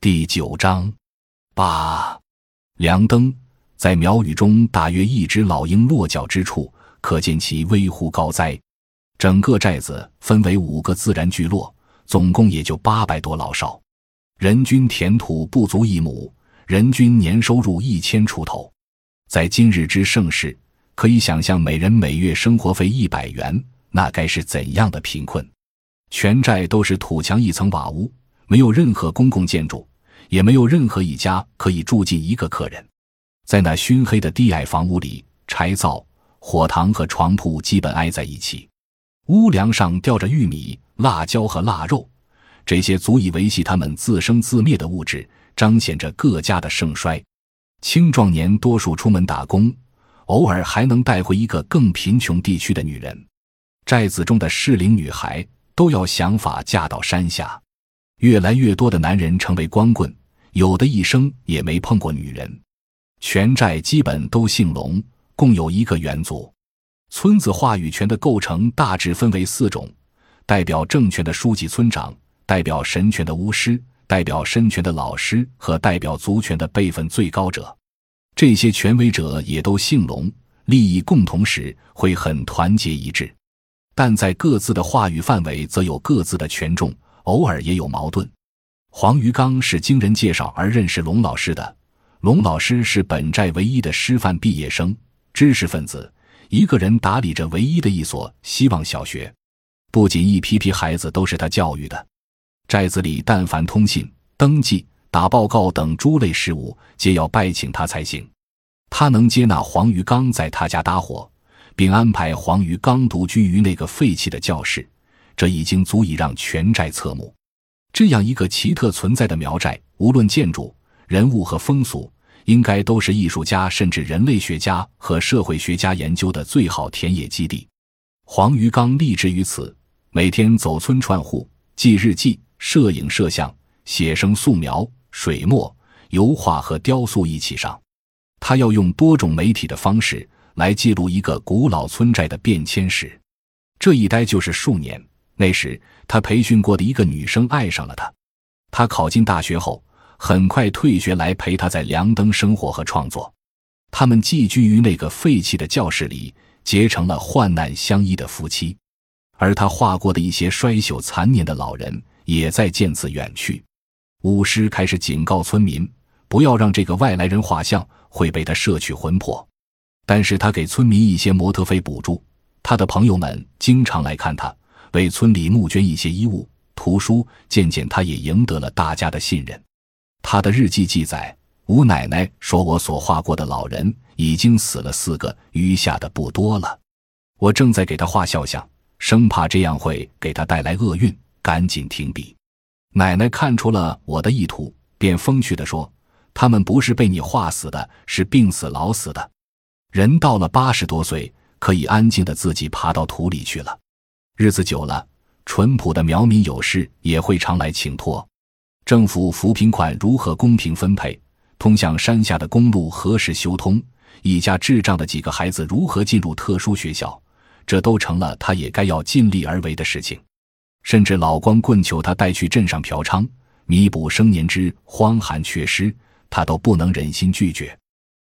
第9章8梁灯。在苗语中大约一只老鹰落脚之处，可见其危乎高哉。整个寨子分为5个自然聚落，总共也就800多老少，人均田土不足1亩，人均年收入1000出头。在今日之盛世，可以想象每人每月生活费100元，那该是怎样的贫困。全寨都是土墙一层瓦屋，没有任何公共建筑，也没有任何一家可以住进1个客人。在那熏黑的低矮房屋里，柴灶、火塘和床铺基本挨在一起，屋梁上吊着玉米、辣椒和腊肉，这些足以维系他们自生自灭的物质，彰显着各家的盛衰。青壮年多数出门打工，偶尔还能带回一个更贫穷地区的女人。寨子中的适龄女孩都要想法嫁到山下，越来越多的男人成为光棍，有的一生也没碰过女人。全寨基本都姓龙，共有1个元族。村子话语权的构成大致分为4种：代表政权的书记村长，代表神权的巫师，代表身权的老师和代表族权的辈分最高者。这些权威者也都姓龙，利益共同时会很团结一致，但在各自的话语范围则有各自的权重，偶尔也有矛盾。黄鱼刚是经人介绍而认识龙老师的，龙老师是本寨唯一的师范毕业生，知识分子，一个人打理着唯一的一所希望小学，不仅一批批孩子都是他教育的。寨子里但凡通信、登记、打报告等诸类事务，皆要拜请他才行。他能接纳黄鱼刚在他家搭伙，并安排黄鱼刚独居于那个废弃的教室，这已经足以让全寨侧目。这样一个奇特存在的苗寨，无论建筑、人物和风俗，应该都是艺术家甚至人类学家和社会学家研究的最好田野基地。黄鱼刚立志于此，每天走村串户，记日记，摄影摄像，写生素描、水墨、油画和雕塑一起上。他要用多种媒体的方式来记录一个古老村寨的变迁史。这一待就是数年，那时他培训过的一个女生爱上了他。他考进大学后，很快退学来陪他在梁灯生活和创作。他们寄居于那个废弃的教室里，结成了患难相依的夫妻。而他画过的一些衰朽残年的老人也在渐次远去。巫师开始警告村民，不要让这个外来人画像，会被他摄取魂魄。但是他给村民一些模特费补助，他的朋友们经常来看他，为村里募捐一些衣物、图书，渐渐他也赢得了大家的信任。他的日记记载，吴奶奶说我所画过的老人已经死了4个，余下的不多了。我正在给他画肖像，生怕这样会给他带来厄运，赶紧停笔。奶奶看出了我的意图，便风趣地说，他们不是被你画死的，是病死老死的。人到了80多岁，可以安静地自己爬到土里去了。日子久了，淳朴的苗民有事也会常来请托。政府扶贫款如何公平分配，通向山下的公路何时修通，一家智障的几个孩子如何进入特殊学校，这都成了他也该要尽力而为的事情。甚至老光棍求他带去镇上嫖娼，弥补生年之荒寒缺失，他都不能忍心拒绝。